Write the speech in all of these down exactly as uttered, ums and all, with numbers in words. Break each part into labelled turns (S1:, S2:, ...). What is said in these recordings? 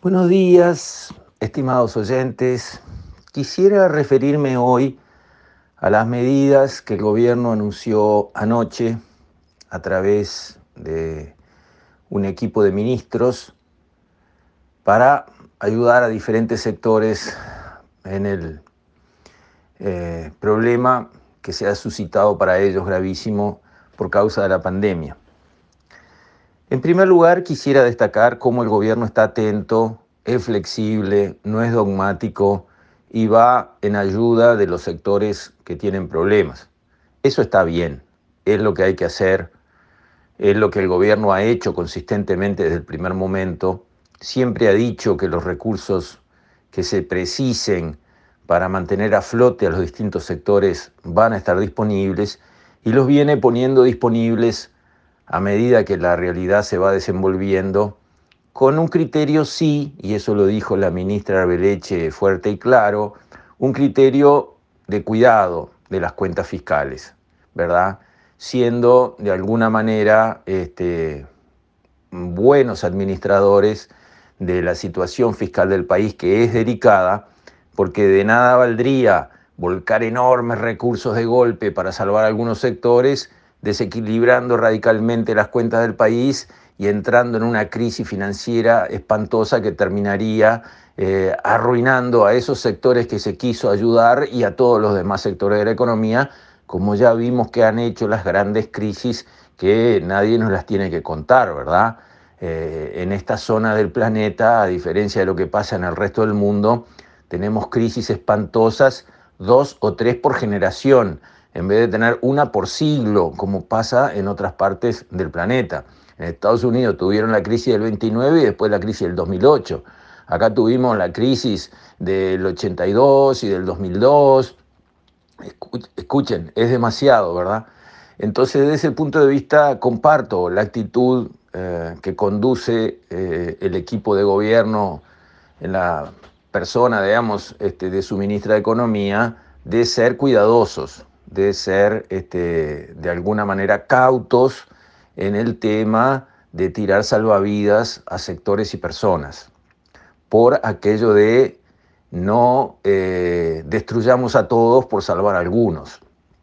S1: Buenos días, estimados oyentes. Quisiera referirme hoy a las medidas que el gobierno anunció anoche a través de un equipo de ministros para ayudar a diferentes sectores en el eh, problema que se ha suscitado para ellos gravísimo por causa de la pandemia. En primer lugar, quisiera destacar cómo el gobierno está atento, es flexible, no es dogmático y va en ayuda de los sectores que tienen problemas. Eso está bien, es lo que hay que hacer, es lo que el gobierno ha hecho consistentemente desde el primer momento. Siempre ha dicho que los recursos que se precisen para mantener a flote a los distintos sectores van a estar disponibles y los viene poniendo disponibles a medida que la realidad se va desenvolviendo, con un criterio sí, y eso lo dijo la ministra Arbeleche fuerte y claro, un criterio de cuidado de las cuentas fiscales, ¿verdad? Siendo de alguna manera este, buenos administradores de la situación fiscal del país, que es delicada, porque de nada valdría volcar enormes recursos de golpe para salvar algunos sectores, desequilibrando radicalmente las cuentas del país y entrando en una crisis financiera espantosa que terminaría eh, arruinando a esos sectores que se quiso ayudar y a todos los demás sectores de la economía, como ya vimos que han hecho las grandes crisis que nadie nos las tiene que contar, ¿verdad? Eh, en esta zona del planeta, a diferencia de lo que pasa en el resto del mundo, tenemos crisis espantosas, dos o tres por generación, en vez de tener una por siglo, como pasa en otras partes del planeta. En Estados Unidos tuvieron la crisis del veintinueve y después la crisis del dos mil ocho. Acá tuvimos la crisis del ochenta y dos y del dos mil dos. Escuchen, es demasiado, ¿verdad? Entonces, desde ese punto de vista, comparto la actitud eh, que conduce eh, el equipo de gobierno en la persona, digamos, este, de su ministra de Economía, de ser cuidadosos, de ser este, de alguna manera cautos en el tema de tirar salvavidas a sectores y personas, por aquello de no eh, destruyamos a todos por salvar a algunos.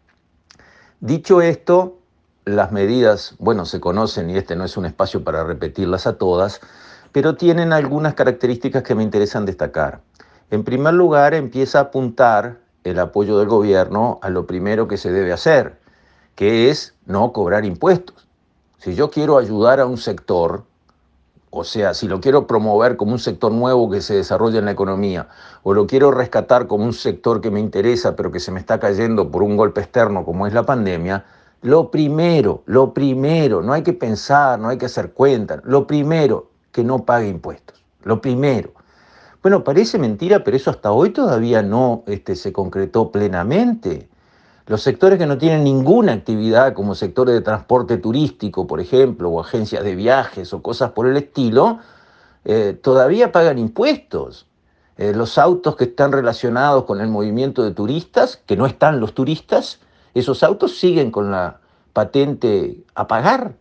S1: Dicho esto, las medidas, bueno, se conocen y este no es un espacio para repetirlas a todas, pero tienen algunas características que me interesan destacar. En primer lugar, empieza a apuntar el apoyo del gobierno a lo primero que se debe hacer, que es no cobrar impuestos. Si yo quiero ayudar a un sector, o sea, si lo quiero promover como un sector nuevo que se desarrolla en la economía, o lo quiero rescatar como un sector que me interesa, pero que se me está cayendo por un golpe externo como es la pandemia, lo primero, lo primero, no hay que pensar, no hay que hacer cuentas, lo primero, que no pague impuestos, lo primero. Bueno, parece mentira, pero eso hasta hoy todavía no este, se concretó plenamente. Los sectores que no tienen ninguna actividad, como sectores de transporte turístico, por ejemplo, o agencias de viajes o cosas por el estilo, eh, todavía pagan impuestos. Eh, los autos que están relacionados con el movimiento de turistas, que no están los turistas, esos autos siguen con la patente a pagar.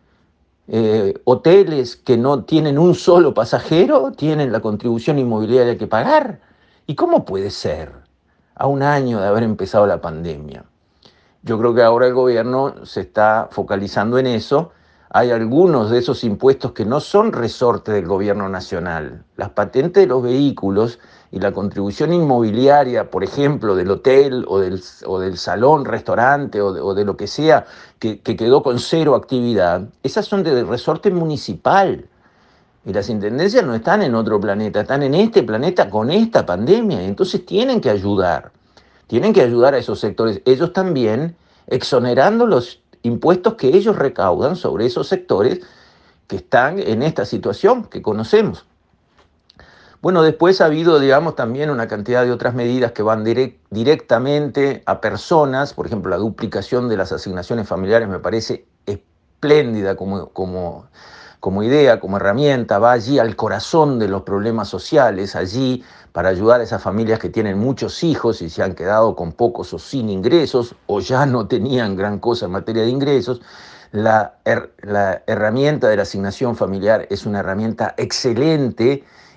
S1: Eh, hoteles que no tienen un solo pasajero tienen la contribución inmobiliaria que pagar. ¿Y cómo puede ser a un año de haber empezado la pandemia? Yo creo que ahora el gobierno se está focalizando en eso. Hay algunos de esos impuestos que no son resorte del gobierno nacional. Las patentes de los vehículos y la contribución inmobiliaria, por ejemplo, del hotel o del, o del salón, restaurante o de, o de lo que sea, que, que quedó con cero actividad, esas son de resorte municipal. Y las intendencias no están en otro planeta, están en este planeta con esta pandemia. Entonces tienen que ayudar. Tienen que ayudar a esos sectores, ellos también, exonerando los impuestos que ellos recaudan sobre esos sectores que están en esta situación que conocemos. Bueno, después ha habido, digamos, también una cantidad de otras medidas que van direct, directamente a personas. Por ejemplo, la duplicación de las asignaciones familiares me parece espléndida como, como, como idea, como herramienta. Va allí al corazón de los problemas sociales, allí para ayudar a esas familias que tienen muchos hijos y se han quedado con pocos o sin ingresos, o ya no tenían gran cosa en materia de ingresos. La, her, la herramienta de la asignación familiar es una herramienta excelente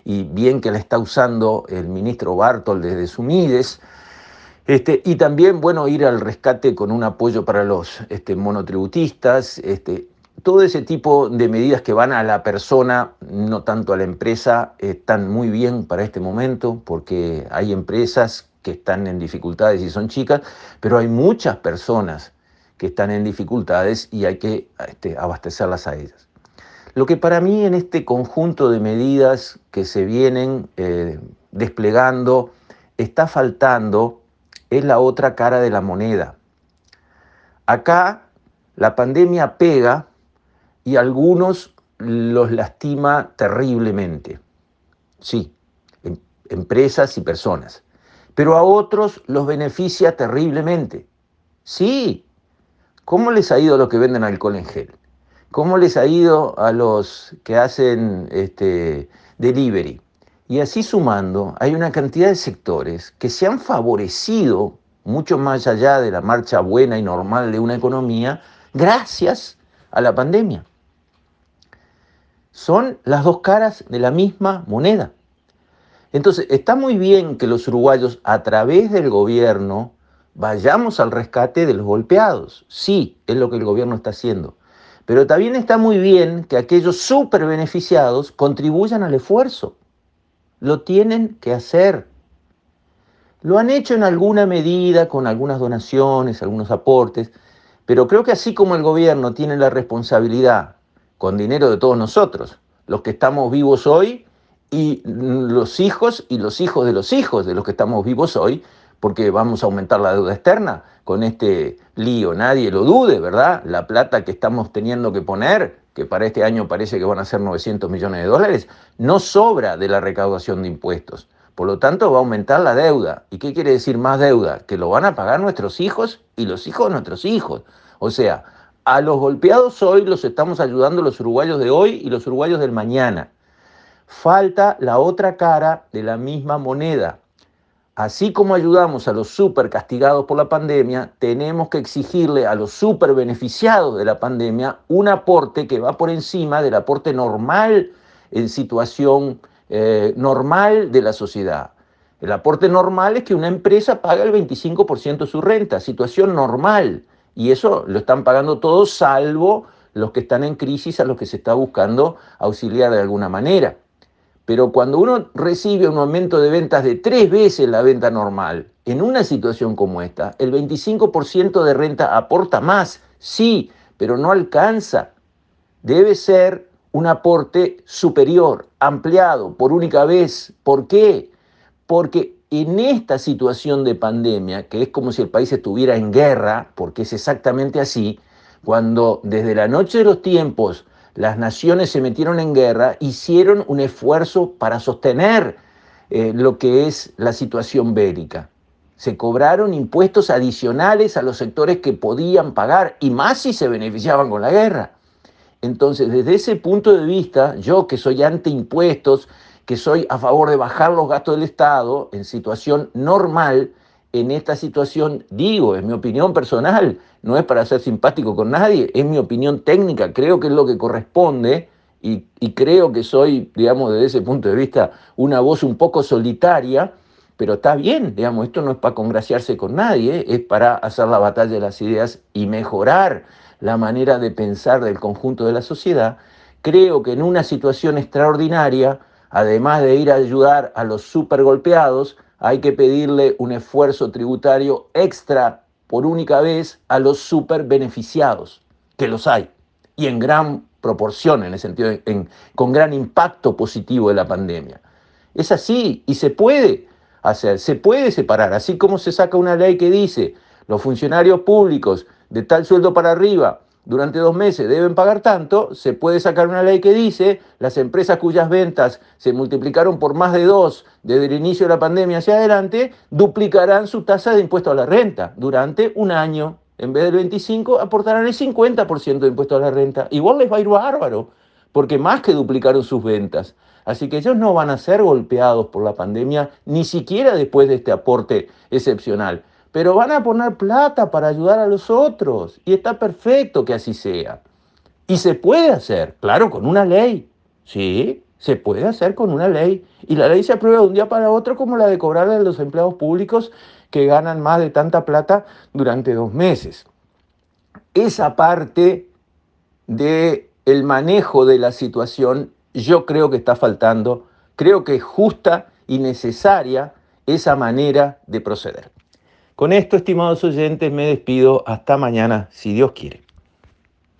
S1: y bien que la está usando el ministro Bartol desde su Mides. Este, y también, bueno, ir al rescate con un apoyo para los este, monotributistas, este, todo ese tipo de medidas que van a la persona, no tanto a la empresa, están muy bien para este momento, porque hay empresas que están en dificultades y son chicas, pero hay muchas personas que están en dificultades y hay que este, abastecerlas a ellas. Lo que para mí en este conjunto de medidas que se vienen eh, desplegando está faltando es la otra cara de la moneda. Acá la pandemia pega y a algunos los lastima terriblemente. Sí, em, empresas y personas. Pero a otros los beneficia terriblemente. Sí, ¿cómo les ha ido a los que venden alcohol en gel? ¿Cómo les ha ido a los que hacen este, delivery? Y así sumando, hay una cantidad de sectores que se han favorecido mucho más allá de la marcha buena y normal de una economía gracias a la pandemia. Son las dos caras de la misma moneda. Entonces, está muy bien que los uruguayos, a través del gobierno, vayamos al rescate de los golpeados. Sí, es lo que el gobierno está haciendo. Pero también está muy bien que aquellos súper beneficiados contribuyan al esfuerzo. Lo tienen que hacer. Lo han hecho en alguna medida, con algunas donaciones, algunos aportes, pero creo que así como el gobierno tiene la responsabilidad, con dinero de todos nosotros, los que estamos vivos hoy, y los hijos y los hijos de los hijos de los que estamos vivos hoy, porque vamos a aumentar la deuda externa con este lío, nadie lo dude, ¿verdad? La plata que estamos teniendo que poner, que para este año parece que van a ser novecientos millones de dólares, no sobra de la recaudación de impuestos. Por lo tanto, va a aumentar la deuda. ¿Y qué quiere decir más deuda? Que lo van a pagar nuestros hijos y los hijos de nuestros hijos. O sea, a los golpeados hoy los estamos ayudando los uruguayos de hoy y los uruguayos del mañana. Falta la otra cara de la misma moneda. Así como ayudamos a los súper castigados por la pandemia, tenemos que exigirle a los súper beneficiados de la pandemia un aporte que va por encima del aporte normal en situación eh, normal de la sociedad. El aporte normal es que una empresa paga el veinticinco por ciento de su renta, situación normal. Y eso lo están pagando todos, salvo los que están en crisis, a los que se está buscando auxiliar de alguna manera. Pero cuando uno recibe un aumento de ventas de tres veces la venta normal, en una situación como esta, el veinticinco por ciento de renta aporta más, sí, pero no alcanza. Debe ser un aporte superior, ampliado, por única vez. ¿Por qué? Porque en esta situación de pandemia, que es como si el país estuviera en guerra, porque es exactamente así, cuando desde la noche de los tiempos las naciones se metieron en guerra, hicieron un esfuerzo para sostener eh, lo que es la situación bélica. Se cobraron impuestos adicionales a los sectores que podían pagar, y más si se beneficiaban con la guerra. Entonces, desde ese punto de vista, yo que soy anti-impuestos, que soy a favor de bajar los gastos del Estado en situación normal, en esta situación, digo, es mi opinión personal, no es para ser simpático con nadie, es mi opinión técnica, creo que es lo que corresponde y, y creo que soy, digamos, desde ese punto de vista, una voz un poco solitaria, pero está bien, digamos, esto no es para congraciarse con nadie, es para hacer la batalla de las ideas y mejorar la manera de pensar del conjunto de la sociedad. Creo que en una situación extraordinaria, además de ir a ayudar a los super golpeados, hay que pedirle un esfuerzo tributario extra por única vez a los super beneficiados, que los hay, y en gran proporción, en el sentido, de, en, con gran impacto positivo de la pandemia. Es así, y se puede hacer, se puede separar, así como se saca una ley que dice, los funcionarios públicos de tal sueldo para arriba, durante dos meses deben pagar tanto, se puede sacar una ley que dice las empresas cuyas ventas se multiplicaron por más de dos desde el inicio de la pandemia hacia adelante, duplicarán su tasa de impuesto a la renta durante un año. En vez del veinticinco, aportarán el cincuenta por ciento de impuesto a la renta. Igual les va a ir bárbaro, porque más que duplicaron sus ventas. Así que ellos no van a ser golpeados por la pandemia, ni siquiera después de este aporte excepcional. Pero van a poner plata para ayudar a los otros. Y está perfecto que así sea. Y se puede hacer, claro, con una ley. Sí, Se puede hacer con una ley, y la ley se aprueba de un día para otro, como la de cobrarle a los empleados públicos que ganan más de tanta plata durante dos meses. Esa parte del manejo de la situación yo creo que está faltando. Creo que es justa y necesaria esa manera de proceder. Con esto, estimados oyentes, me despido. Hasta mañana, si Dios quiere.